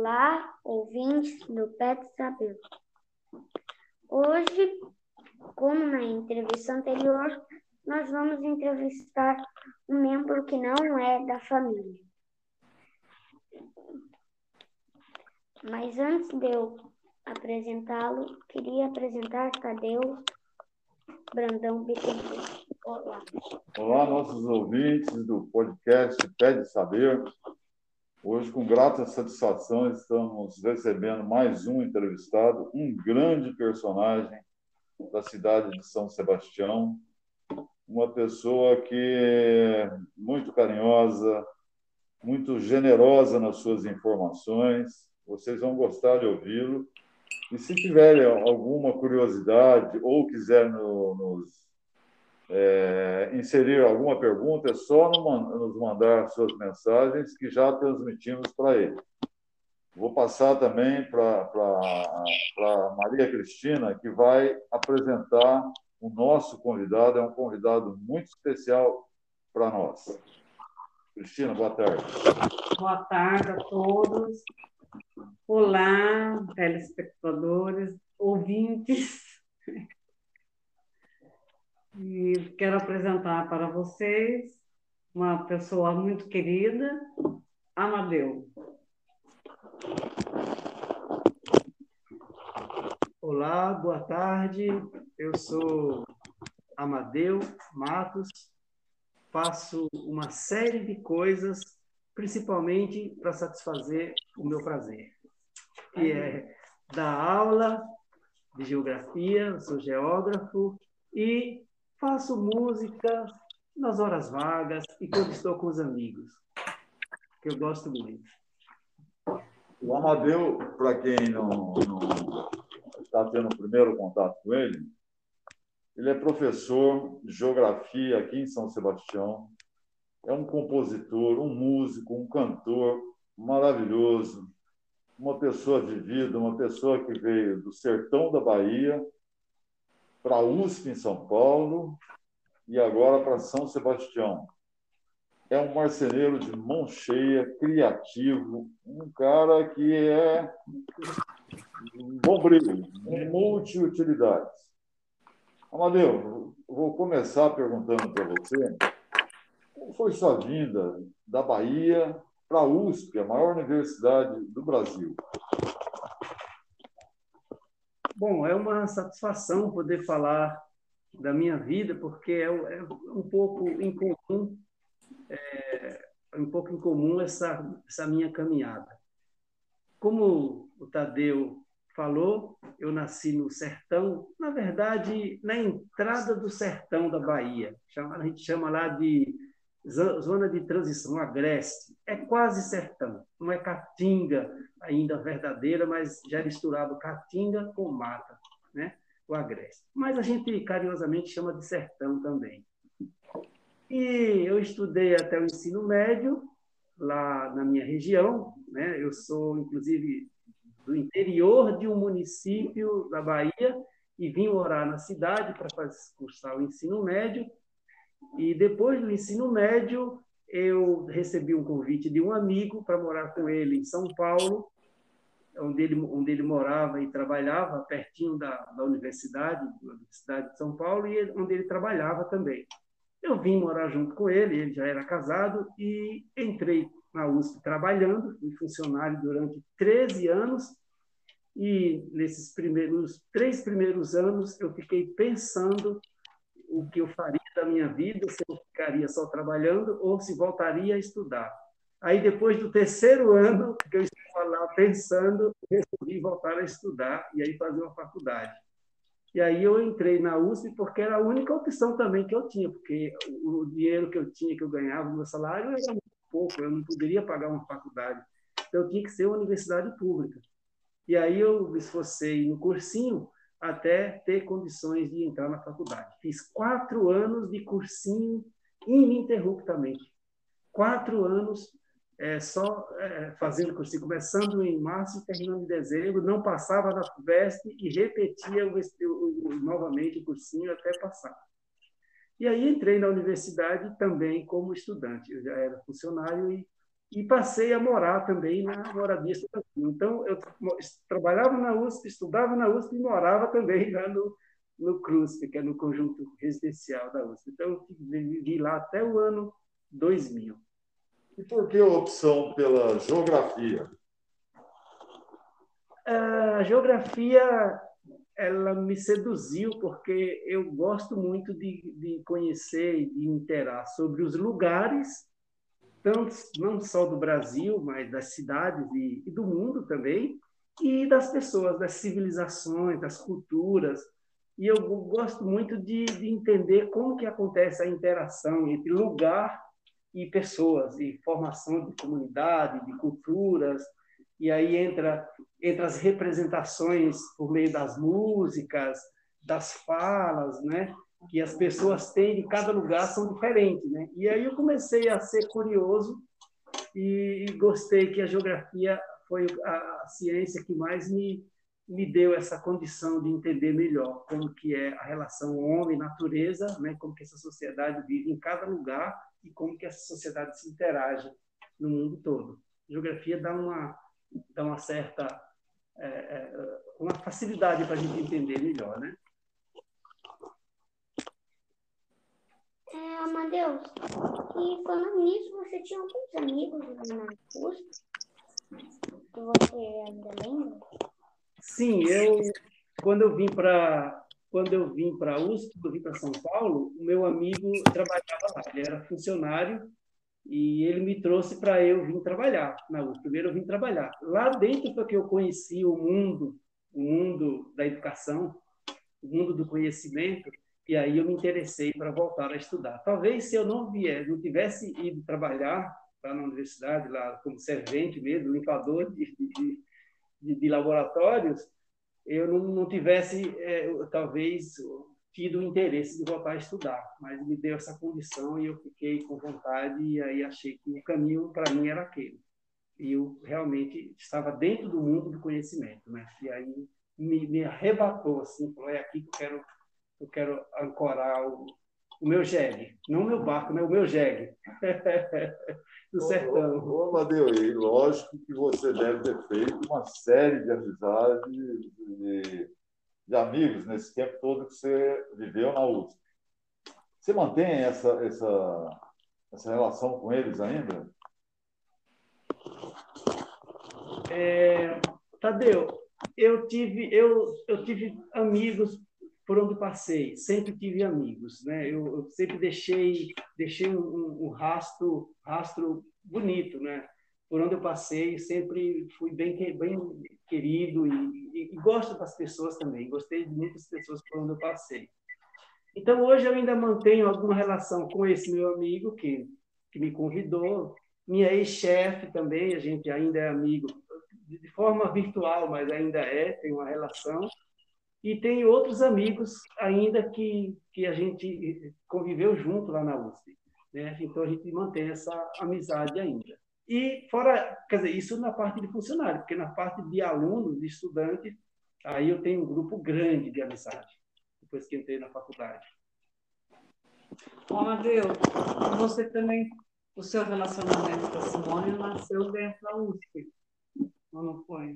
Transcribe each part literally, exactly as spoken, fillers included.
Olá, ouvintes do Pet Saber. Hoje, como na entrevista anterior, nós vamos entrevistar um membro que não é da família. Mas antes de eu apresentá-lo, queria apresentar Tadeu Brandão Bittencourt. Olá. Olá, nossos ouvintes do podcast Pet Saber. Hoje, com grata satisfação, estamos recebendo mais um entrevistado, um grande personagem da cidade de São Sebastião, uma pessoa que é muito carinhosa, muito generosa nas suas informações. Vocês vão gostar de ouvi-lo. E se tiverem alguma curiosidade ou quiser no, nos É, inserir alguma pergunta, é só nos mandar suas mensagens que já transmitimos para ele. Vou passar também para a Maria Cristina, que vai apresentar o nosso convidado, é um convidado muito especial para nós. Cristina, boa tarde. Boa tarde a todos. Olá, telespectadores, ouvintes. E quero apresentar para vocês uma pessoa muito querida, Amadeu. Olá, boa tarde. Eu sou Amadeu Matos. Faço uma série de coisas, principalmente para satisfazer o meu prazer, que é dar aula de geografia, eu sou geógrafo, e faço música nas horas vagas e quando estou com os amigos, que eu gosto muito. O Amadeu, para quem não, não está tendo o primeiro contato com ele, ele é professor de geografia aqui em São Sebastião, é um compositor, um músico, um cantor maravilhoso, uma pessoa de vida, uma pessoa que veio do sertão da Bahia para a U S P em São Paulo e agora para São Sebastião. É um marceneiro de mão cheia, criativo, um cara que é um bombril, multiutilidades. Amadeu, vou começar perguntando para você como foi sua vinda da Bahia para a U S P, a maior universidade do Brasil. Bom, é uma satisfação poder falar da minha vida, porque é, é um pouco incomum, é, um pouco incomum essa, essa minha caminhada. Como o Tadeu falou, eu nasci no sertão, na verdade, na entrada do sertão da Bahia. A gente chama lá de zona de transição, agreste. É quase sertão, não é caatinga ainda verdadeira, mas já é misturado caatinga com mata, né? O agreste. Mas a gente carinhosamente chama de sertão também. E eu estudei até o ensino médio lá na minha região, né? Eu sou, inclusive, do interior de um município da Bahia e vim morar na cidade para cursar o ensino médio. E depois do ensino médio, eu recebi um convite de um amigo para morar com ele em São Paulo, onde ele, onde ele morava e trabalhava, pertinho da, da universidade, da Universidade de São Paulo, e ele, onde ele trabalhava também. Eu vim morar junto com ele, ele já era casado, e entrei na U S P trabalhando, fui funcionário durante treze anos, e nesses primeiros, três primeiros anos eu fiquei pensando o que eu faria da minha vida, se eu ficaria só trabalhando ou se voltaria a estudar. Aí, depois do terceiro ano, que eu estava lá pensando, resolvi voltar a estudar e aí fazer uma faculdade. E aí eu entrei na U S P porque era a única opção também que eu tinha, porque o dinheiro que eu tinha, que eu ganhava, o meu salário era muito pouco, eu não poderia pagar uma faculdade. Então, eu tinha que ser uma universidade pública. E aí eu me esforcei no cursinho até ter condições de entrar na faculdade. Fiz quatro anos de cursinho ininterruptamente. Quatro anos é, só é, fazendo cursinho, começando em março e terminando em dezembro, não passava na FUVEST e repetia o, o, o, novamente o cursinho até passar. E aí entrei na universidade também como estudante. Eu já era funcionário e e passei a morar também na moradia estudantil. Então, eu trabalhava na U S P, estudava na U S P e morava também lá no, no CRUSP, que é no conjunto residencial da U S P. Então, eu vivi lá até o ano dois mil. E por que a opção pela geografia? A geografia, ela me seduziu porque eu gosto muito de, de conhecer e de interar sobre os lugares, tanto, não só do Brasil, mas das cidades e, e do mundo também, e das pessoas, das civilizações, das culturas. E eu gosto muito de, de entender como que acontece a interação entre lugar e pessoas, e formação de comunidade, de culturas, e aí entra, entra as representações por meio das músicas, das falas, né? Que as pessoas têm de cada lugar são diferentes, né? E aí eu comecei a ser curioso e, e gostei que a geografia foi a, a ciência que mais me, me deu essa condição de entender melhor como que é a relação homem-natureza, né? Como que essa sociedade vive em cada lugar e como que essa sociedade se interage no mundo todo. A geografia dá uma, dá uma certa é, é, uma facilidade para a gente entender melhor, né? É, Amadeus, e falando nisso, você tinha alguns amigos lá na U S P que você ainda lembra? Sim, eu quando eu vim para quando eu vim para a U S P, eu vim para São Paulo, o meu amigo trabalhava lá, ele era funcionário e ele me trouxe para eu vir trabalhar na U S P. Primeiro eu vim trabalhar. Lá dentro foi que eu conheci o mundo, o mundo da educação, o mundo do conhecimento, e aí eu me interessei para voltar a estudar. Talvez se eu não vier, não tivesse ido trabalhar lá na universidade, lá como servente mesmo, limpador de, de, de, de laboratórios, eu não, não tivesse, é, talvez, tido o interesse de voltar a estudar, mas me deu essa condição e eu fiquei com vontade e aí achei que o caminho para mim era aquele. E eu realmente estava dentro do mundo do conhecimento, né? E aí me, me arrebatou, assim, falou, é aqui que eu quero, eu quero ancorar o, o meu jegue, não o meu barco, né? O meu jegue do sertão. Ô, ô, Amadeu, e lógico que você deve ter feito uma série de amizades, de, de amigos nesse tempo todo que você viveu na U S P. Você mantém essa, essa, essa relação com eles ainda? É, Tadeu, eu tive, eu, eu tive amigos por onde passei, sempre tive amigos, né? Eu, eu sempre deixei, deixei um, um rastro, rastro bonito, né? Por onde eu passei, sempre fui bem, bem querido e, e, e gosto das pessoas também. Gostei de muitas pessoas por onde eu passei. Então, hoje eu ainda mantenho alguma relação com esse meu amigo que, que me convidou, minha ex-chefe também, a gente ainda é amigo de forma virtual, mas ainda é, tem uma relação. E tem outros amigos ainda que, que a gente conviveu junto lá na U S P, né? Então, a gente mantém essa amizade ainda. E fora, quer dizer, isso na parte de funcionário, porque na parte de aluno, de estudante, aí eu tenho um grupo grande de amizade, depois que entrei na faculdade. Ô, Amadeu, você também, o seu relacionamento com a Simone nasceu dentro da U S P, ou não foi?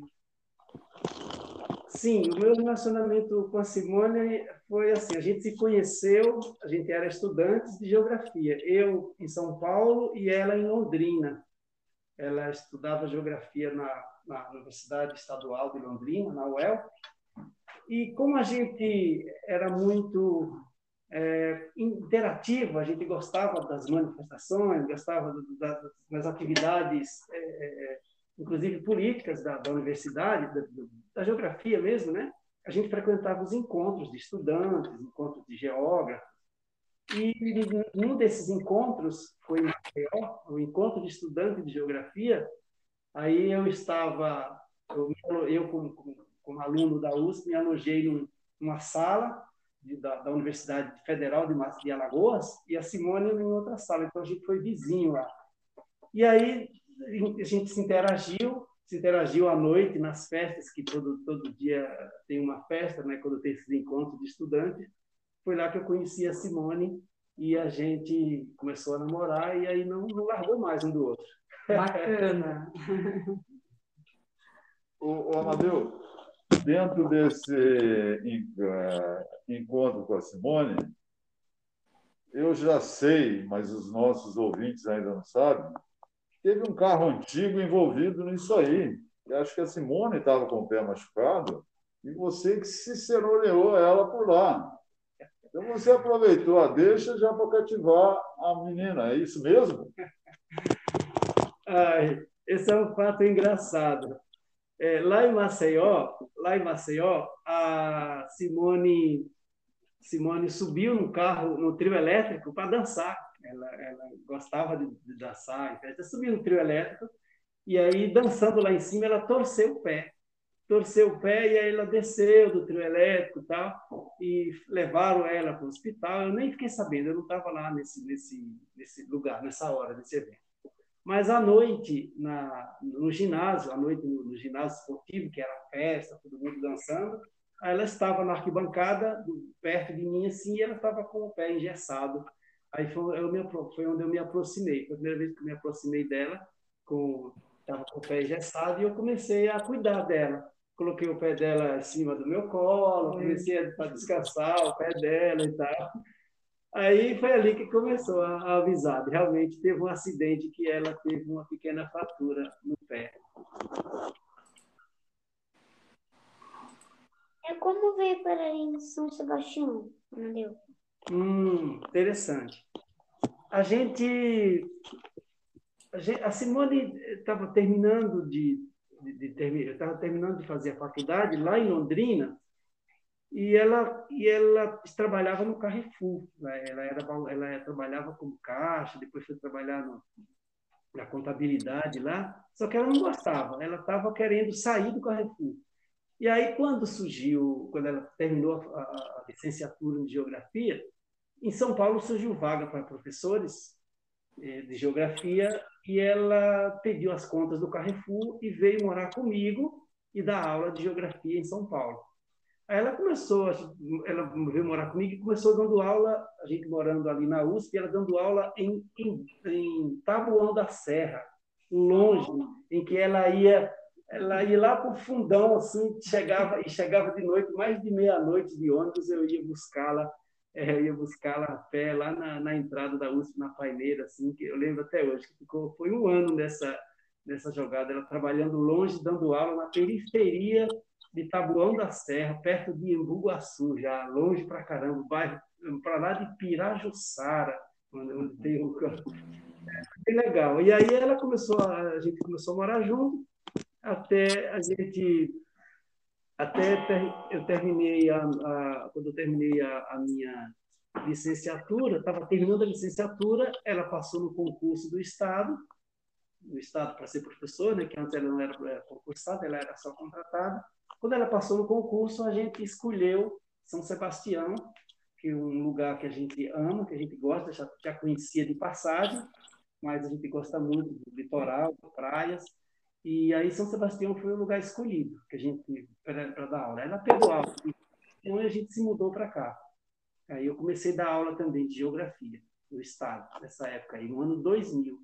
Sim, o meu relacionamento com a Simone foi assim, a gente se conheceu, a gente era estudantes de geografia, eu em São Paulo e ela em Londrina. Ela estudava geografia na, na Universidade Estadual de Londrina, na U E L, e como a gente era muito é, interativo, a gente gostava das manifestações, gostava das, das atividades, é, inclusive políticas da, da universidade, da, da geografia mesmo, né? A gente frequentava os encontros de estudantes, encontros de geógrafos, e um desses encontros foi em Maceió, o encontro de estudante de geografia. Aí eu estava, eu, eu como, como, como aluno da U S P, me alojei num, numa sala de, da, da Universidade Federal de, de Alagoas e a Simone em outra sala, então a gente foi vizinho lá. E aí a gente se interagiu, se interagiu à noite nas festas, que todo, todo dia tem uma festa, né, quando tem esses encontros de estudantes. Foi lá que eu conheci a Simone e a gente começou a namorar e aí não, não largou mais um do outro. Bacana. Ô, ô, Amadeu, dentro desse en- eh, encontro com a Simone, eu já sei, mas os nossos ouvintes ainda não sabem, teve um carro antigo envolvido nisso aí. Eu acho que a Simone estava com o pé machucado e você que ciceroneou ela por lá. Então você aproveitou a deixa já para cativar a menina, é isso mesmo? Ai, esse é um fato engraçado. É, lá em Maceió, lá em Maceió, a Simone, Simone subiu no carro, no trio elétrico, para dançar. Ela, ela gostava de, de dançar, então ela subiu no trio elétrico e aí, dançando lá em cima, ela torceu o pé. Torceu o pé e aí ela desceu do trio elétrico e tal, e levaram ela para o hospital. Eu nem fiquei sabendo, eu não estava lá nesse, nesse, nesse lugar, nessa hora desse evento. Mas à noite, na, no ginásio, à noite no, no ginásio esportivo, que era festa, todo mundo dançando, aí ela estava na arquibancada, do, perto de mim, assim, e ela estava com o pé engessado. Aí foi, eu me, foi onde eu me aproximei. Foi a primeira vez que eu me aproximei dela, com, estava com o pé engessado, e eu comecei a cuidar dela. Coloquei o pé dela em cima do meu colo, comecei a descansar o pé dela e tal. Aí foi ali que começou a, a avisar. Realmente teve um acidente que ela teve uma pequena fratura no pé. É como veio para em São Sebastião, Amadeu? Hum, interessante. A gente, a gente, a Simone estava terminando de, de, de terminar, estava terminando de fazer a faculdade lá em Londrina. E ela, e ela trabalhava no Carrefour. Né? Ela, era, ela trabalhava como caixa, depois foi trabalhar no, na contabilidade lá, só que ela não gostava, ela estava querendo sair do Carrefour. E aí, quando surgiu, quando ela terminou a, a, a licenciatura em Geografia, em São Paulo surgiu vaga para professores eh, de Geografia e ela pediu as contas do Carrefour e veio morar comigo e dar aula de Geografia em São Paulo. Aí ela começou, ela veio morar comigo e começou dando aula, a gente morando ali na U S P, ela dando aula em, em, em Taboão da Serra, longe, em que ela ia, ela ia lá para o fundão, assim, chegava, e chegava de noite, mais de meia-noite de ônibus, eu ia buscá-la, é, eu ia buscá-la a pé lá na, na entrada da U S P, na Paineira, assim, que eu lembro até hoje, que ficou, foi um ano nessa, nessa jogada, ela trabalhando longe, dando aula na periferia de Taboão da Serra, perto de Embu-Guaçu, já longe pra caramba, bairro para lá de Pirajussara, onde, onde tem um é legal. E aí ela começou, a, a gente começou a morar junto, até a gente, até ter, eu terminei a, a, quando eu terminei a, a minha licenciatura, estava terminando a licenciatura, ela passou no concurso do Estado, do Estado para ser professora, né, que antes ela não era concursada, ela era só contratada. Quando ela passou no concurso, a gente escolheu São Sebastião, que é um lugar que a gente ama, que a gente gosta, já, já conhecia de passagem, mas a gente gosta muito do litoral, de praias. E aí São Sebastião foi o lugar escolhido que a gente para dar aula. Ela pegou aula, então a gente se mudou para cá. Aí eu comecei a dar aula também de geografia no estado, nessa época aí, no ano dois mil.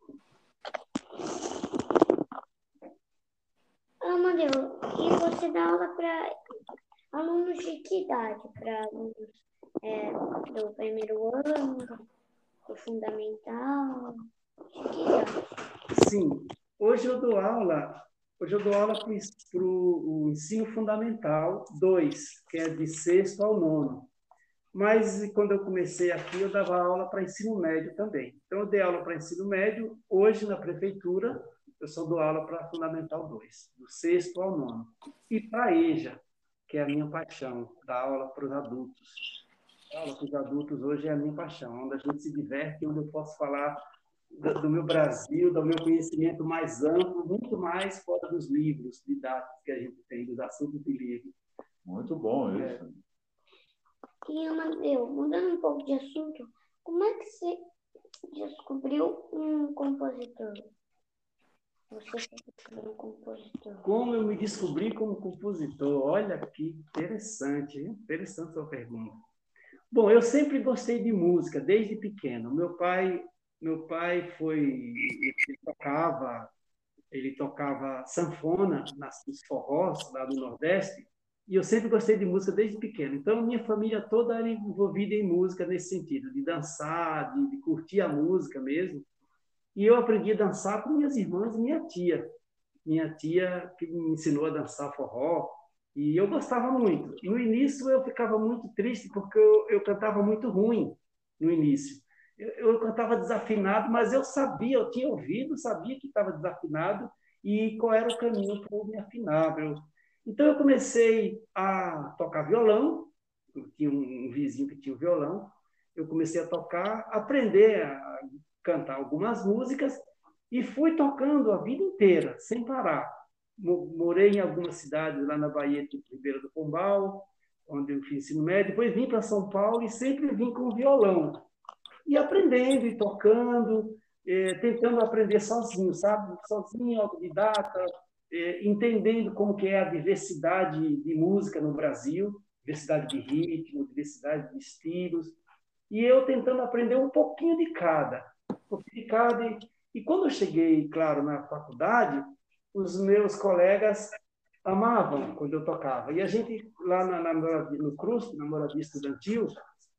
Amadeu, e você dá aula para alunos de que idade? Para alunos é, do primeiro ano, do fundamental? De que idade? Sim. Hoje eu dou aula, hoje eu dou aula para o ensino fundamental dois, que é de sexto ao nono. Mas quando eu comecei aqui, eu dava aula para ensino médio também. Então eu dei aula para ensino médio, hoje na prefeitura eu só dou aula para fundamental dois, do sexto ao nono. E para a EJA, que é a minha paixão, dar aula para os adultos. A aula para os adultos hoje é a minha paixão, onde a gente se diverte, onde eu posso falar do meu Brasil, do meu conhecimento mais amplo, muito mais fora dos livros didáticos que a gente tem, dos assuntos de livro. Muito bom isso. É. E, Amadeu, mudando um pouco de assunto, como é que você descobriu um compositor? Você descobriu um compositor? Como eu me descobri como compositor? Olha que interessante, hein? Interessante a sua pergunta. Bom, eu sempre gostei de música, desde pequeno. Meu pai Meu pai foi, ele tocava, ele tocava sanfona nas, nos forrós lá do Nordeste, e eu sempre gostei de música desde pequeno. Então, minha família toda era envolvida em música nesse sentido, de dançar, de, de curtir a música mesmo. E eu aprendi a dançar com minhas irmãs e minha tia. Minha tia que me ensinou a dançar forró, e eu gostava muito. E no início eu ficava muito triste, porque eu, eu cantava muito ruim no início. Eu, eu cantava desafinado, mas eu sabia, eu tinha ouvido, sabia que estava desafinado e qual era o caminho para eu me afinar. Eu... Então eu comecei a tocar violão, eu tinha um, um vizinho que tinha um violão, eu comecei a tocar, aprender a cantar algumas músicas, e fui tocando a vida inteira, sem parar. Morei em algumas cidades lá na Bahia, tipo Ribeira do Pombal, onde eu fiz ensino médio. Depois vim para São Paulo e sempre vim com violão. E aprendendo e tocando, eh, tentando aprender sozinho, sabe? Sozinho, autodidata, eh, entendendo como que é a diversidade de música no Brasil, diversidade de ritmo, diversidade de estilos. E eu tentando aprender um pouquinho de cada. Um pouquinho de cada. E, e quando eu cheguei, claro, na faculdade, os meus colegas amavam quando eu tocava. E a gente, lá na, na, no CRUSP, na moradia estudantil,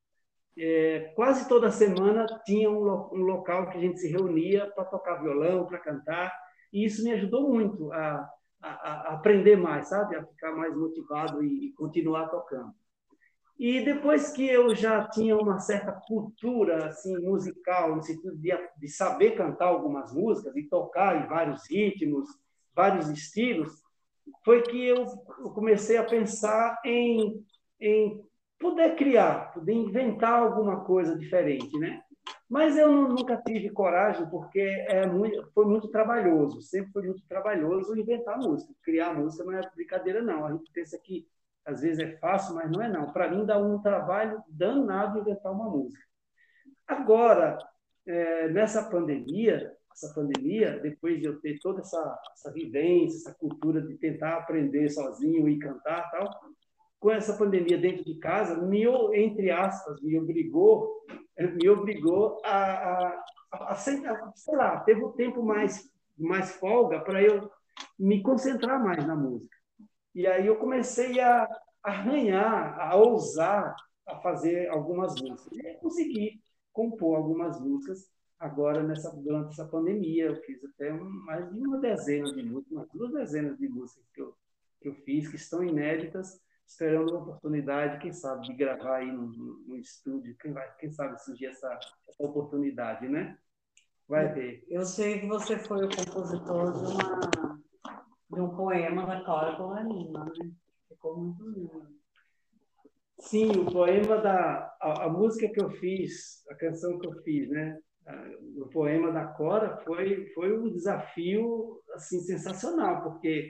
é, quase toda semana tinha um, lo, um local que a gente se reunia para tocar violão, para cantar. E isso me ajudou muito a, a, a aprender mais, sabe? A ficar mais motivado e, e continuar tocando. E depois que eu já tinha uma certa cultura assim, musical, no sentido de, de saber cantar algumas músicas e tocar em vários ritmos, vários estilos, foi que eu, eu comecei a pensar em, em poder criar, poder inventar alguma coisa diferente, né? Mas eu não, nunca tive coragem, porque é muito, foi muito trabalhoso, sempre foi muito trabalhoso inventar música. Criar música não é brincadeira, não. A gente pensa que às vezes é fácil, mas não é não. Para mim dá um trabalho danado inventar uma música. Agora, é, nessa pandemia, essa pandemia, depois de eu ter toda essa, essa vivência, essa cultura de tentar aprender sozinho e cantar, tal, com essa pandemia dentro de casa, me, entre aspas, me obrigou, me obrigou a, a, a, a sei lá, teve um tempo mais mais folga para eu me concentrar mais na música. E aí eu comecei a arranhar, a ousar a fazer algumas músicas. E aí consegui compor algumas músicas agora nessa, durante essa pandemia. Eu fiz até um, mais de uma dezena de músicas, umas duas dezenas de músicas que eu, que eu fiz, que estão inéditas, esperando uma oportunidade, quem sabe, de gravar aí no, no estúdio. Quem, vai, quem sabe surgir essa, essa oportunidade, né? Vai ver. Eu sei que você foi o compositor de uma... de um poema da Clara Coralina, né? Ficou muito lindo. Sim, o poema da... A, a música que eu fiz, a canção que eu fiz, né? O poema da Cora foi, foi um desafio, assim, sensacional, porque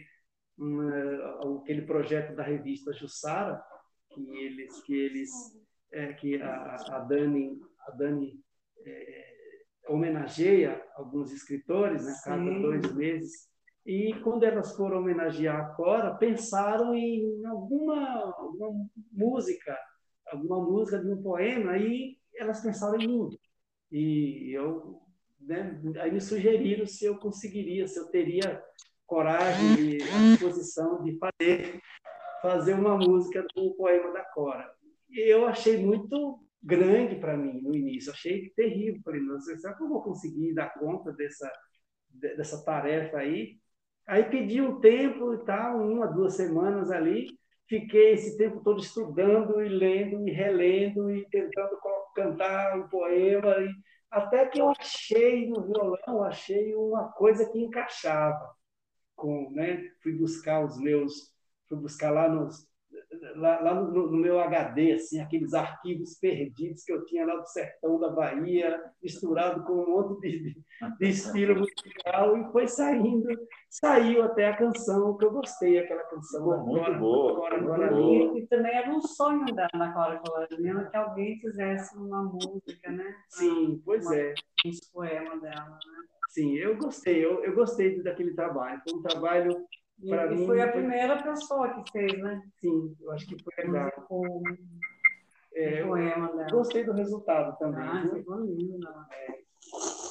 um, aquele projeto da revista Jussara, que eles... Que, eles, é, que a, a Dani, a Dani é, homenageia alguns escritores, né? Cada Sim. dois meses. E quando elas foram homenagear a Cora, pensaram em alguma, alguma música, alguma música de um poema, e elas pensaram em mim. E eu, né, aí me sugeriram se eu conseguiria, se eu teria coragem e a disposição de fazer, fazer uma música do poema da Cora. E eu achei muito grande para mim no início, achei terrível. Falei, não sei, será que eu vou conseguir dar conta dessa, dessa tarefa aí? Aí pedi um tempo e tal, uma, duas semanas ali, fiquei esse tempo todo estudando e lendo e relendo e tentando cantar um poema, e até que eu achei no violão, achei uma coisa que encaixava. Com, né? Fui buscar os meus, fui buscar lá nos lá, lá no, no meu H D, assim, aqueles arquivos perdidos que eu tinha lá do sertão da Bahia, misturado com um monte de, de, de estilo musical, e foi saindo, saiu até a canção que eu gostei, aquela canção. Ficou muito agora, boa. Agora, agora boa. E também era um sonho da Ana Clara Coralina que alguém fizesse uma música, né? Sim, pois uma, é. Um poema dela, né? Sim, eu gostei, eu, eu gostei daquele trabalho. Foi um trabalho E, para e mim. foi a primeira pessoa que fez, né? Sim, eu acho que foi legal. Com é, o poema dela. Gostei do resultado também. Ah, ficou lindo. É.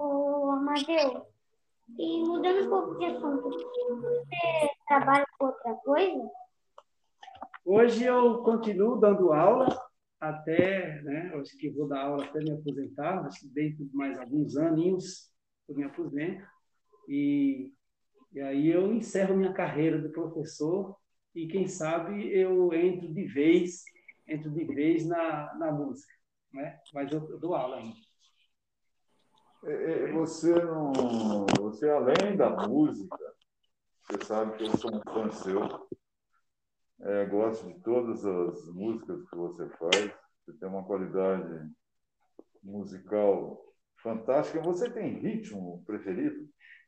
Ô, Amadeu, e mudando um pouco de assunto, você trabalha com outra coisa? Hoje eu continuo dando aula até, né, acho que vou dar aula até me aposentar, acho que dentro de mais alguns aninhos eu me aposento. E, e aí eu encerro minha carreira de professor e, quem sabe, eu entro de vez, entro de vez na, na música, né? Mas eu, eu dou aula ainda. E você, não, você, além da música, você sabe que eu sou um fã seu, é, gosto de todas as músicas que você faz, você tem uma qualidade musical fantástica. Você tem ritmo preferido?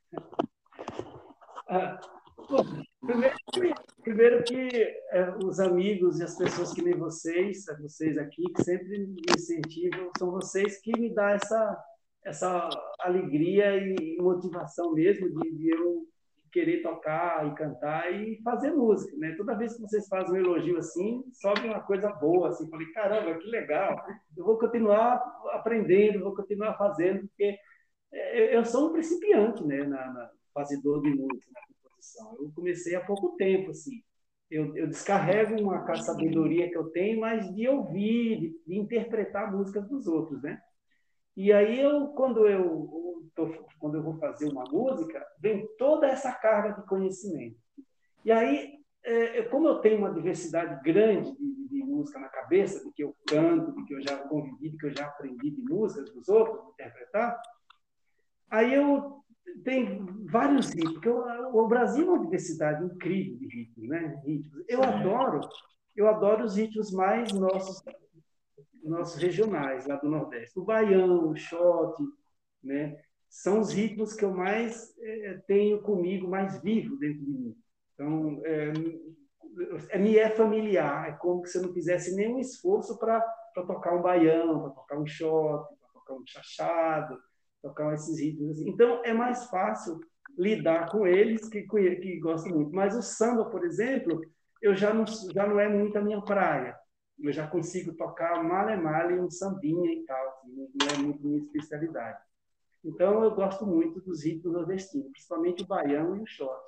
Ah, bom, primeiro, primeiro que é, os amigos e as pessoas que nem vocês, vocês aqui, que sempre me incentivam, são vocês que me dão essa, essa alegria e motivação mesmo de, de eu querer tocar e cantar e fazer música, né? Toda vez que vocês fazem um elogio assim, sobe uma coisa boa, assim, falei, caramba, que legal, eu vou continuar aprendendo, vou continuar fazendo, porque eu sou um principiante, né, na, na fazedor de música, na composição. Eu comecei há pouco tempo, assim. Eu, eu descarrego uma sabedoria que eu tenho, mas de ouvir, de, de interpretar músicas dos outros, né? E aí eu, quando eu, tô, quando eu vou fazer uma música, vem toda essa carga de conhecimento. E aí, é, como eu tenho uma diversidade grande de, de música na cabeça, de que eu canto, de que eu já convivi, de que eu já aprendi de músicas dos outros, de interpretar, aí eu tenho vários ritmos, porque o, o Brasil é uma diversidade incrível de ritmos, né? Ritmos. Eu adoro, eu adoro os ritmos mais nossos, nossos regionais, lá do Nordeste. O baião, o shot, né? São os ritmos que eu mais é, tenho comigo, mais vivo dentro de mim. Então, é, é, me é familiar, é como se eu não fizesse nenhum esforço para tocar um baião, para tocar um shot, para tocar um chachado, tocar esses ritmos assim. Então, é mais fácil lidar com eles, que, que gostam muito. Mas o samba, por exemplo, eu já não, já não é muito a minha praia. Eu já consigo tocar male-male, um sambinha e tal, assim, não é muito minha especialidade. Então, eu gosto muito dos ritmos nordestinos, principalmente o baião e o shot.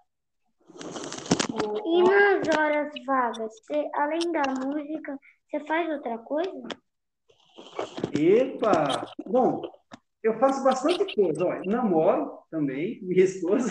E nas horas vagas, você, além da música, você faz outra coisa? Epa! Bom, eu faço bastante coisa. Olha, namoro também, minha esposa.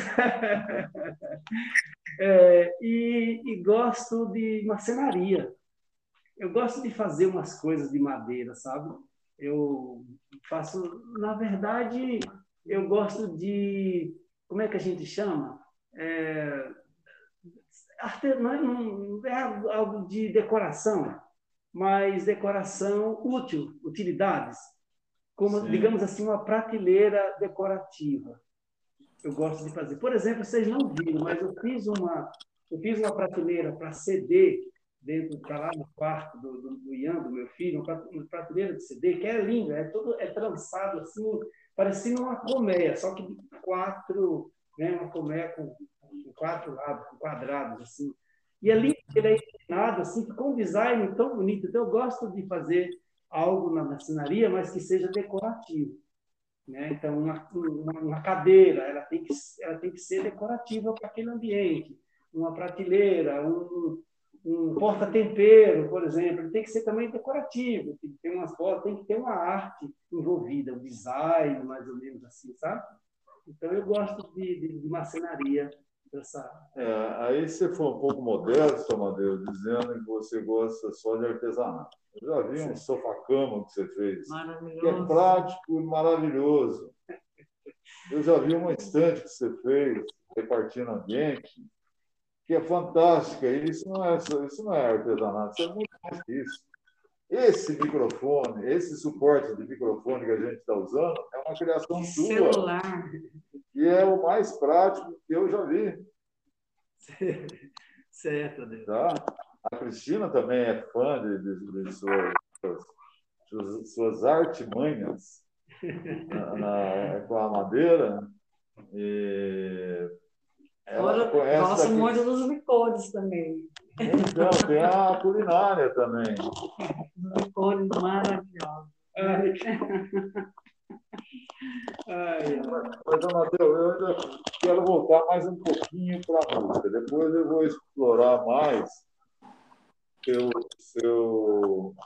é, e, e gosto de marcenaria. Eu gosto de fazer umas coisas de madeira, sabe? Eu faço, na verdade, eu gosto de, como é que a gente chama? É, arte, não, é, não é algo de decoração, mas decoração útil, utilidades. Como, Sim. digamos assim, uma prateleira decorativa. Eu gosto de fazer. Por exemplo, vocês não viram, mas eu fiz uma, eu fiz uma prateleira para C D dentro, tá lá no quarto do, do, do Ian, do meu filho, uma prateleira de C D, que é linda, é todo é trançado assim, parecendo uma colmeia, só que de quatro, né, uma colmeia com, com quatro lados, com quadrados, assim. E ali ele é inclinado, assim, com um design tão bonito. Então, eu gosto de fazer algo na marcenaria, mas que seja decorativo. Né? Então, uma, uma, uma cadeira, ela tem, que, ela tem que ser decorativa para aquele ambiente. Uma prateleira, um, um porta-tempero, por exemplo, ele tem que ser também decorativo. Tem que ter umas bolas, tem que ter uma arte envolvida, um design, mais ou menos assim, sabe? Então, eu gosto de, de, de marcenaria. Dessa... É, aí você foi um pouco modesto, Amadeu, dizendo que você gosta só de artesanato. Eu já vi um sofá-cama que você fez, que é prático e maravilhoso. Eu já vi uma estante que você fez, repartindo ambiente, que é fantástica. E isso não é, isso não é artesanato, isso é muito mais que isso. Esse microfone, esse suporte de microfone que a gente está usando, é uma criação sua. Celular. E é o mais prático que eu já vi. Certo, Deus. Tá? A Cristina também é fã de, de, de suas, suas, suas artimanhas na, na, com a madeira. E ela gosta muito dos licores também. Então, tem a culinária também. Licores maravilhosos. Ai, Mas, Amadeu, eu ainda quero voltar mais um pouquinho para a música. Depois eu vou explorar mais seu, seu,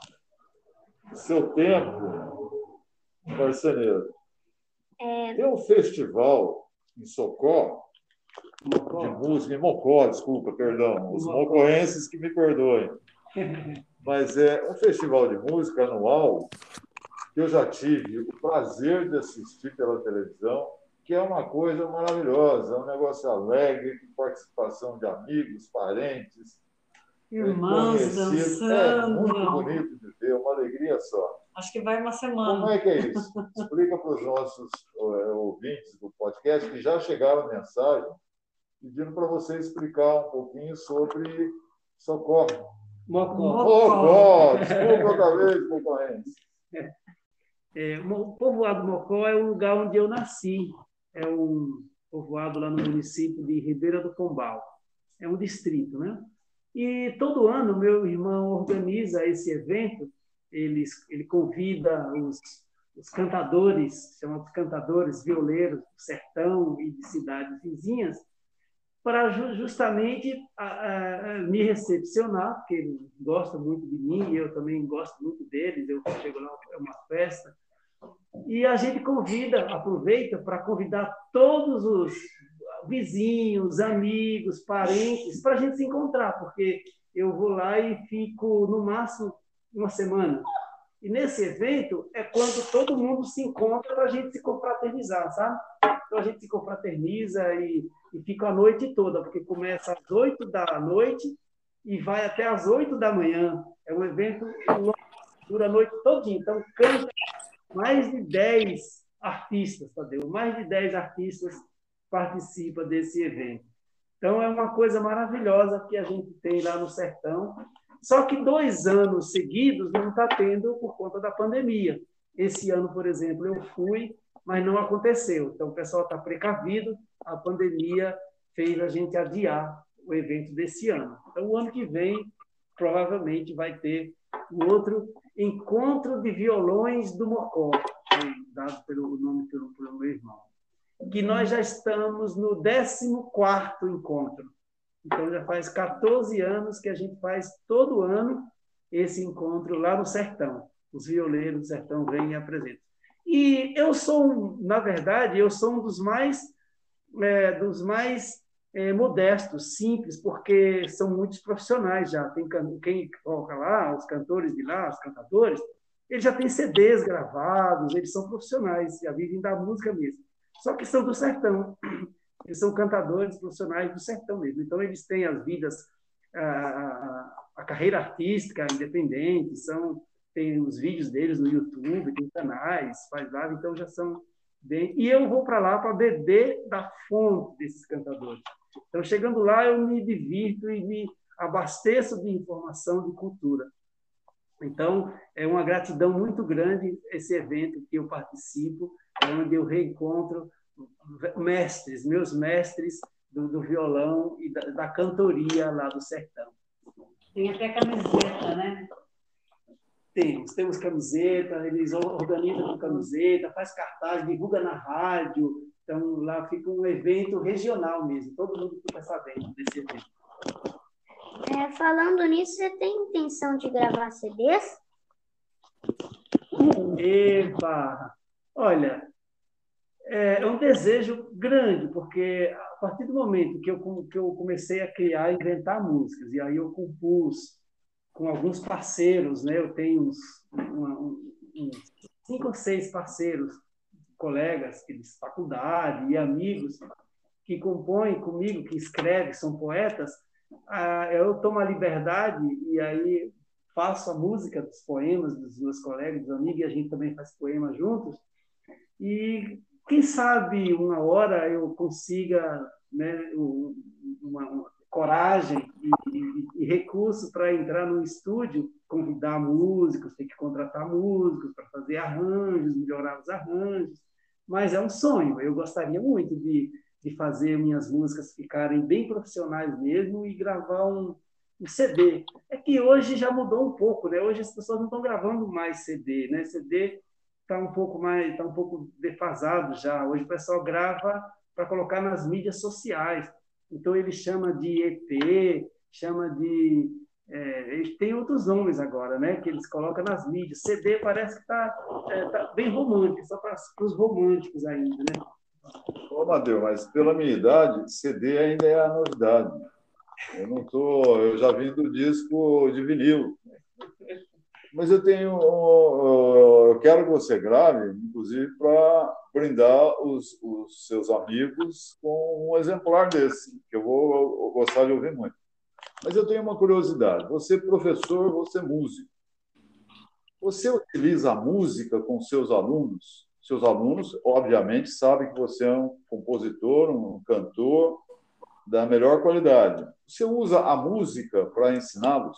seu tempo, marceneiro. É, Tem um festival em Socó, de Mocó. música, em Mocó, desculpa, perdão, os Mocó. mocoenses que me perdoem. Mas é um festival de música anual que eu já tive o prazer de assistir pela televisão, que é uma coisa maravilhosa, é um negócio alegre, com participação de amigos, parentes, Irmãos conhecidos. É muito dançando. bonito de ver, uma alegria só. Acho que vai uma Como semana. é que é isso? Explica para os nossos uh, ouvintes do podcast que já chegaram a mensagem pedindo para você explicar um pouquinho sobre Socorro. Mocó. Mocó! Desculpa outra vez, concorrentes. É, o povoado Mocó é o lugar onde eu nasci. É um povoado lá no município de Ribeira do Pombal. É um distrito, né? E todo ano meu irmão organiza esse evento. Ele, ele convida os, os cantadores, chamados cantadores violeiros do sertão e de cidades vizinhas, para justamente a, a, me recepcionar, porque ele gosta muito de mim, e eu também gosto muito deles. Eu chego lá, é uma festa. E a gente convida, aproveita para convidar todos os vizinhos, amigos, parentes, para a gente se encontrar, porque eu vou lá e fico, no máximo, uma semana. E nesse evento é quando todo mundo se encontra para a gente se confraternizar, sabe? Então a gente se confraterniza e, e fica a noite toda, porque começa às oito da noite e vai até às oito da manhã. É um evento que dura a noite todinha. Então canta mais de dez artistas, Tadeu, mais de dez artistas participam desse evento. Então, é uma coisa maravilhosa que a gente tem lá no sertão. Só que dois anos seguidos não está tendo por conta da pandemia. Esse ano, por exemplo, eu fui, mas não aconteceu. Então, o pessoal está precavido, a pandemia fez a gente adiar o evento desse ano. Então, o ano que vem, provavelmente, vai ter um outro Encontro de Violões do Mocó, dado pelo nome pelo, pelo meu irmão, que nós já estamos no décimo quarto encontro. Então, já faz quatorze anos que a gente faz todo ano esse encontro lá no sertão. Os violeiros do sertão vêm e apresentam. E eu sou, na verdade, eu sou um dos mais, é, dos mais é, modestos, simples, porque são muitos profissionais já. Tem quem toca lá, os cantores de lá, os cantadores, eles já têm C Ds gravados, eles são profissionais, já vivem da música mesmo. Só que são do sertão. Eles são cantadores profissionais do sertão mesmo. Então, eles têm as vidas, a, a carreira artística independente, são, tem os vídeos deles no YouTube, tem canais, faz live, então já são bem... E eu vou para lá para beber da fonte desses cantadores. Então, chegando lá, eu me divirto e me abasteço de informação, de cultura. Então, é uma gratidão muito grande esse evento que eu participo, onde eu reencontro mestres, meus mestres do, do violão e da, da cantoria lá do sertão. Tem até camiseta, né? Temos, temos camiseta, eles organizam com camiseta, faz cartaz, divulga na rádio. Então, lá fica um evento regional mesmo, todo mundo fica sabendo desse evento. É, falando nisso, você tem intenção de gravar C Ds? Epa! Olha, é um desejo grande, porque a partir do momento que eu, que eu comecei a criar, inventar músicas, e aí eu compus com alguns parceiros, né? Eu tenho uns, uma, uns cinco ou seis parceiros, colegas de faculdade e amigos que compõem comigo, que escrevem, são poetas. Eu tomo a liberdade e aí faço a música dos poemas dos meus colegas, dos amigos, e a gente também faz poemas juntos. E quem sabe uma hora eu consiga, né, uma, uma coragem e, e, e recurso para entrar no estúdio, convidar músicos, ter que contratar músicos para fazer arranjos, melhorar os arranjos. Mas é um sonho. Eu gostaria muito de, de fazer minhas músicas ficarem bem profissionais mesmo e gravar um, um C D. É que hoje já mudou um pouco, né? Hoje as pessoas não estão gravando mais C D, né? C D tá um pouco mais, tá um pouco defasado já. Hoje o pessoal grava para colocar nas mídias sociais. Então ele chama de E P, chama de é, eles têm outros nomes agora, né? Que eles colocam nas mídias. C D parece que está é, tá bem romântico, só para os românticos ainda, né? Ô, Amadeu, mas pela minha idade, C D ainda é a novidade. Eu não tô, eu já vim do disco de vinil. Mas eu tenho, eu quero que você grave, inclusive, para brindar os, os seus amigos com um exemplar desse, que eu vou eu gostar de ouvir muito. Mas eu tenho uma curiosidade. Você é professor, você é músico. Você utiliza a música com seus alunos? Seus alunos, obviamente, sabem que você é um compositor, um cantor da melhor qualidade. Você usa a música para ensiná-los?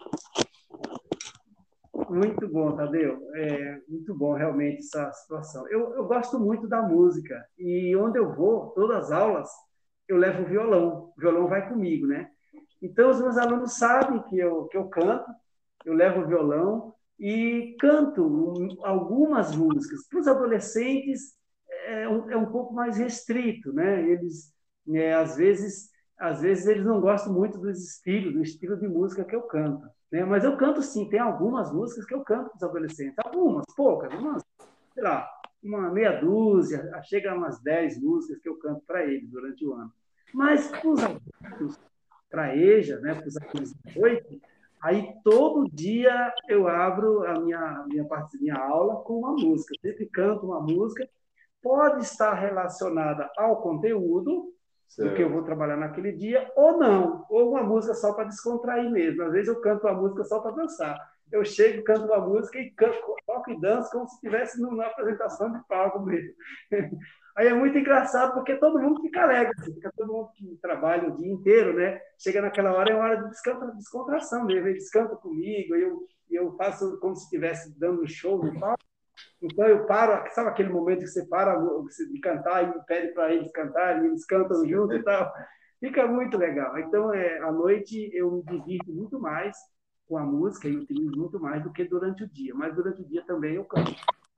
Muito bom, Tadeu. É muito bom, realmente, essa situação. Eu, eu gosto muito da música. E onde eu vou, todas as aulas, eu levo o violão. O violão vai comigo, né? Então, os meus alunos sabem que eu, que eu canto, eu levo o violão e canto algumas músicas. Para os adolescentes, é um, é um pouco mais restrito, né? Eles, é, às vezes, às vezes, eles não gostam muito dos estilos, do estilo de música que eu canto, né? Mas eu canto sim, tem algumas músicas que eu canto para os adolescentes, algumas, poucas, umas, sei lá, uma meia dúzia, chega a umas dez músicas que eu canto para eles durante o ano. Mas para os adultos, para a EJA, né, para os alunos da noite, aí todo dia eu abro a minha, minha, parte, minha aula com uma música, eu sempre canto uma música, pode estar relacionada ao conteúdo certo. Do que eu vou trabalhar naquele dia, ou não, ou uma música só para descontrair mesmo. Às vezes eu canto uma música só para dançar. Eu chego, canto uma música e canto, toco e danço como se estivesse numa apresentação de palco mesmo. Aí é muito engraçado, porque todo mundo fica alegre, assim, fica todo mundo que trabalha o dia inteiro, né? Chega naquela hora, é uma hora de descontração mesmo. Eles cantam comigo, eu, eu faço como se estivesse dando um show no palco. Então eu paro, sabe aquele momento que você para de cantar e pede para eles cantarem, e eles cantam junto e tal. Fica muito legal. Então, é, à noite eu me divirto muito mais com a música e utilizo muito mais do que durante o dia. Mas durante o dia também eu canto.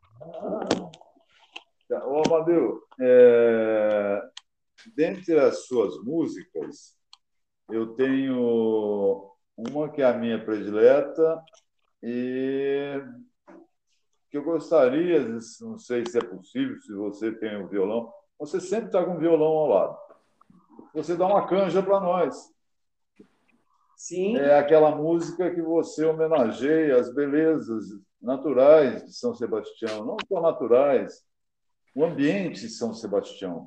Ô, Amadeu, é, dentre as suas músicas, eu tenho uma que é a minha predileta e que eu gostaria, não sei se é possível, se você tem o violão, você sempre está com o violão ao lado. Você dá uma canja para nós. Sim. É aquela música que você homenageia as belezas naturais de São Sebastião, não só naturais, o ambiente de São Sebastião.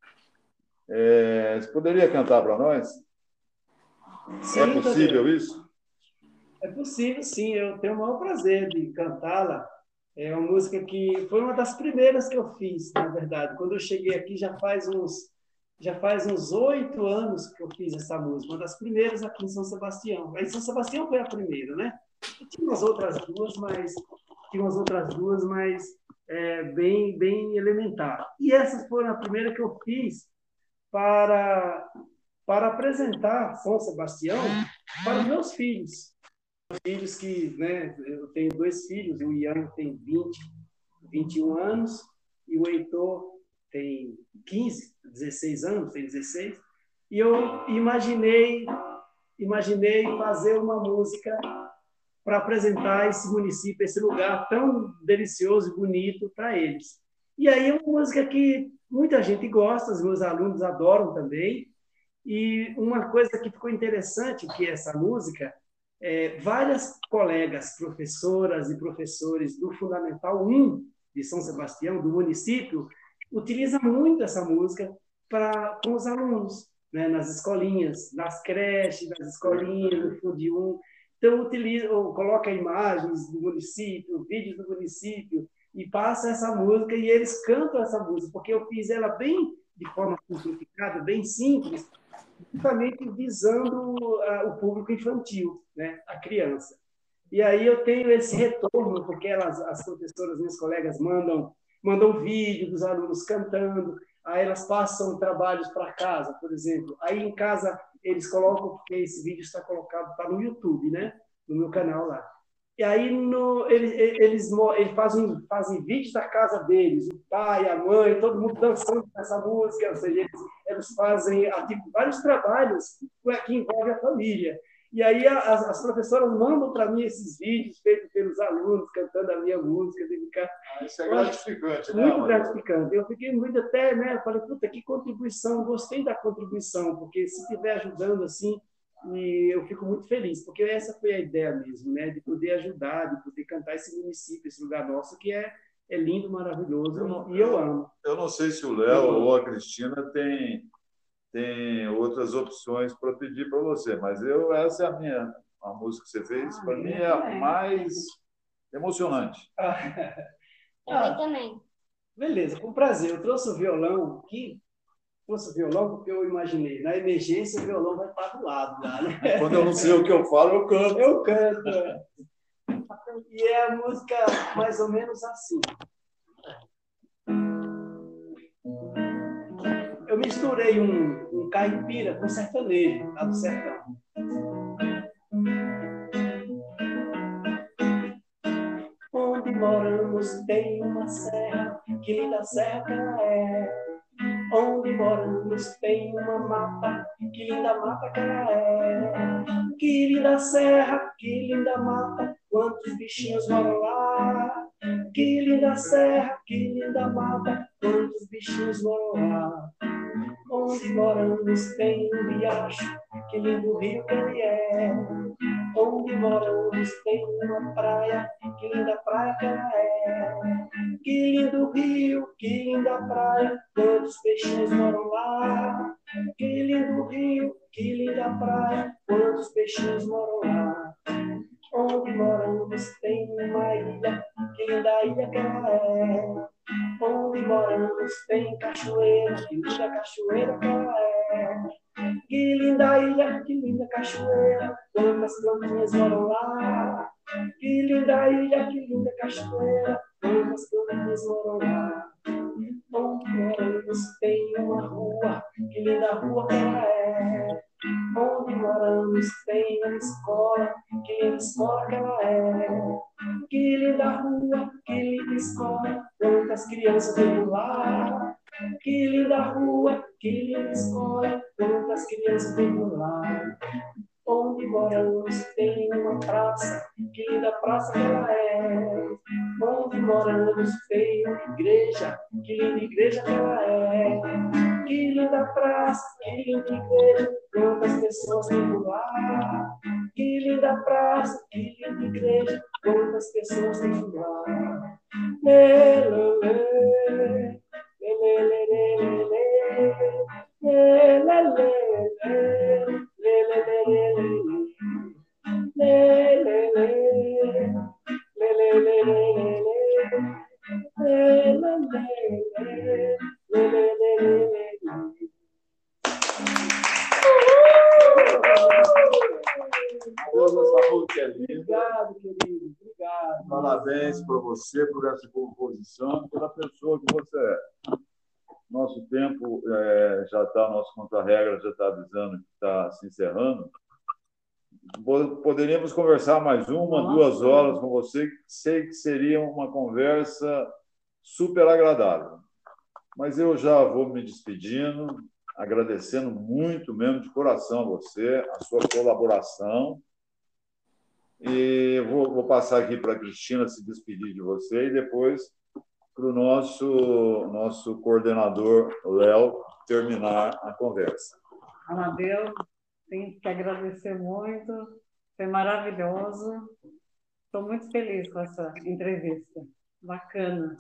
É, você poderia cantar para nós? Sim, é possível Tadeu. isso? É possível, sim. Eu tenho o maior prazer de cantá-la. É uma música que foi uma das primeiras que eu fiz, na verdade. Quando eu cheguei aqui, já faz uns já faz uns oito anos que eu fiz essa música, uma das primeiras aqui em São Sebastião. Aí São Sebastião foi a primeira, né? Eu tinha umas outras duas, mas tinha umas outras duas, mas é, bem bem elementar. E essas foram a primeira que eu fiz para para apresentar São Sebastião para os meus filhos. Filhos que, né, eu tenho dois filhos, o Ian tem vinte, vinte e um anos e o Heitor tem quinze, dezesseis anos, tem dezesseis. E eu imaginei, imaginei fazer uma música para apresentar esse município, esse lugar tão delicioso e bonito para eles. E aí é uma música que muita gente gosta, os meus alunos adoram também. E uma coisa que ficou interessante que essa música É, várias colegas, professoras e professores do Fundamental um de São Sebastião, do município, utilizam muito essa música pra, com os alunos, né, nas escolinhas, nas creches, nas escolinhas, no Fundi um. Então, utiliza, ou coloca imagens do município, vídeos do município, e passa essa música, e eles cantam essa música, porque eu fiz ela bem de forma simplificada, bem simples, justamente visando uh, o público infantil, né, a criança. E aí eu tenho esse retorno, porque elas, as professoras, minhas colegas, mandam, mandam vídeo dos alunos cantando, aí elas passam trabalhos para casa, por exemplo. Aí em casa eles colocam, porque esse vídeo está colocado, está no YouTube, né, no meu canal lá. E aí no, eles, eles, eles fazem, fazem vídeos da casa deles, o pai, a mãe, todo mundo dançando com essa música, ou seja, eles, eles fazem tipo, vários trabalhos que envolvem a família. E aí as, as professoras mandam para mim esses vídeos feitos pelos alunos, cantando a minha música. Ficar... Ah, isso é gratificante, né? Muito gratificante. Eu fiquei muito até, né? Falei, puta, que contribuição, gostei da contribuição, porque se estiver ajudando assim, e eu fico muito feliz, porque essa foi a ideia mesmo, né? De poder ajudar, de poder cantar esse município, esse lugar nosso, que é, é lindo, maravilhoso, eu não, e eu amo. Eu não sei se o Léo ou a Cristina tem, tem outras opções para pedir para você, mas eu, essa é a minha a música que você fez, ah, para mim é a mais emocionante. Ah, eu também. Beleza, com prazer. Eu trouxe o violão aqui. Trouxe o violão porque eu imaginei. Na emergência, o violão vai estar do lado lá, né? Quando eu não sei o que eu falo, eu canto. Eu canto. E é a música mais ou menos assim. Eu misturei um, um caipira com sertanejo, lá do sertão. Onde moramos tem uma serra, que linda serra que ela é. Onde moramos tem uma mata, que linda mata que ela é. Que linda serra, que linda mata, quantos bichinhos moram lá. Que linda serra, que linda mata, quantos bichinhos moram lá. Onde moramos tem um riacho, que lindo rio que ele é. Onde moramos tem uma praia, que linda praia que ela é. Que lindo rio, que linda praia, quantos peixinhos moram lá. Que lindo rio, que linda praia, quantos peixinhos moram lá. Onde moramos tem uma ilha, que linda ilha que ela é. Onde moramos tem cachoeira, que linda cachoeira que ela é. Que linda ilha, que linda cachoeira, quantas plantinhas moram lá. Que linda ilha, que linda cachoeira, quantas plantinhas moram lá. Onde moramos tem uma rua, que linda rua que ela é. Onde moramos tem uma escola, que linda escola que ela é. Que linda rua, que linda escola, quantas crianças vêm lá. Que linda rua, que linda escola, quantas crianças vêm lá. Onde moramos tem uma praça, que linda praça que ela é. Onde moramos tem uma igreja, que linda igreja que ela é. Que linda praça, que linda igreja, quantas pessoas tem lá. Que linda praça, que linda igreja, quantas pessoas tem lá. Lê, lê, lê. Obrigado, querido. Obrigado. Parabéns para você por essa composição, pela pessoa que você é. Nosso tempo é, já está, nosso contra-regra já está avisando que está se encerrando. Poderíamos conversar mais uma, Nossa. duas horas com você, sei que seria uma conversa super agradável. Mas eu já vou me despedindo, agradecendo muito mesmo de coração a você, a sua colaboração. E vou, vou passar aqui para a Cristina se despedir de você e depois para o nosso, nosso coordenador, Léo, terminar a conversa. Amadeu, tenho que agradecer muito, foi maravilhoso. Estou muito feliz com essa entrevista. Bacana.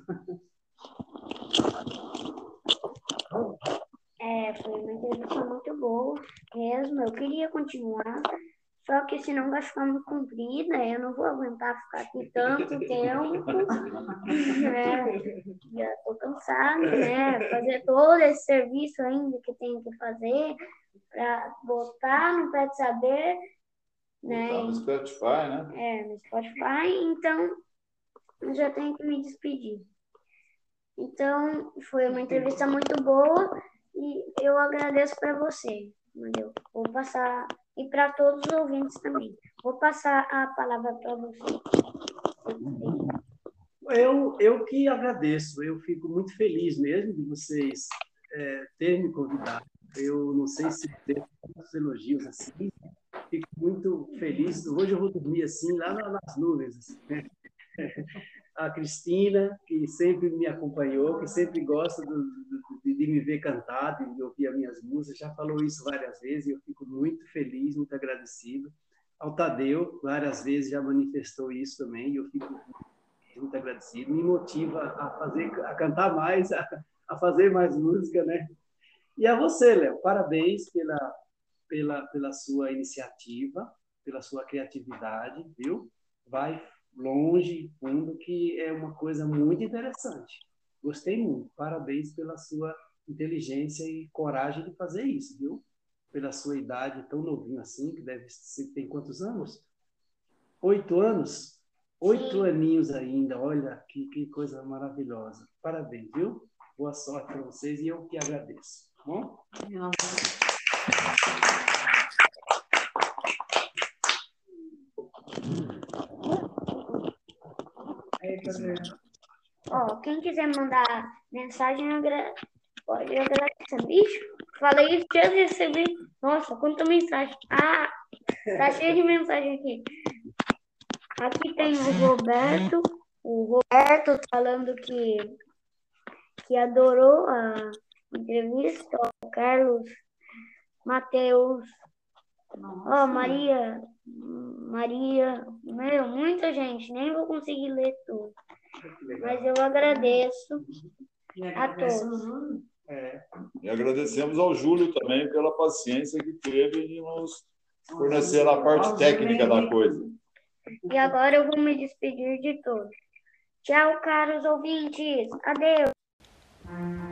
É, foi uma entrevista muito boa mesmo. Eu queria continuar, só que senão vai ficar muito comprida, eu não vou aguentar ficar aqui tanto tempo. Né? Já estou cansada, né? Fazer todo esse serviço ainda que tenho que fazer para botar no Pet Saber. Né? Botar no Spotify, né? É, no Spotify, então eu já tenho que me despedir. Então, foi uma entrevista muito boa e eu agradeço para você, Amadeu. Vou passar e para todos os ouvintes também. Vou passar a palavra para você. Eu, eu que agradeço, eu fico muito feliz mesmo de vocês é, terem me convidado. Eu não sei se ter tantos elogios assim, fico muito feliz. Hoje eu vou dormir assim, lá nas nuvens. Assim, né? A Cristina, que sempre me acompanhou, que sempre gosta do, do, de, de me ver cantar, de ouvir as minhas músicas, já falou isso várias vezes e eu fico muito feliz, muito agradecido. Ao Tadeu, várias vezes já manifestou isso também e eu fico muito agradecido. Me motiva a fazer, a cantar mais, a, a fazer mais música, né? E a você, Léo, parabéns pela, pela, pela sua iniciativa, pela sua criatividade, viu? Vai longe, fundo, que é uma coisa muito interessante. Gostei muito. Parabéns pela sua inteligência e coragem de fazer isso, viu? Pela sua idade tão novinho assim, que deve ser, tem quantos anos? Oito anos? Oito aninhos ainda, olha, que, que coisa maravilhosa. Parabéns, viu? Boa sorte para vocês e eu que agradeço. Tá bom? Ó, quem quiser mandar mensagem, agra... pode agradecer. Bicho, falei isso, já recebi. Nossa, quanta mensagem. Ah, tá cheio de mensagem aqui. Aqui tem o Roberto. O Roberto falando que, que adorou a entrevista. O Carlos, Matheus, ó, Maria, Maria, meu, muita gente, nem vou conseguir ler tudo. Mas eu agradeço a todos. É. E agradecemos ao Júlio também pela paciência que teve de nos fornecer a parte técnica da coisa. E agora eu vou me despedir de todos. Tchau, caros ouvintes. Adeus.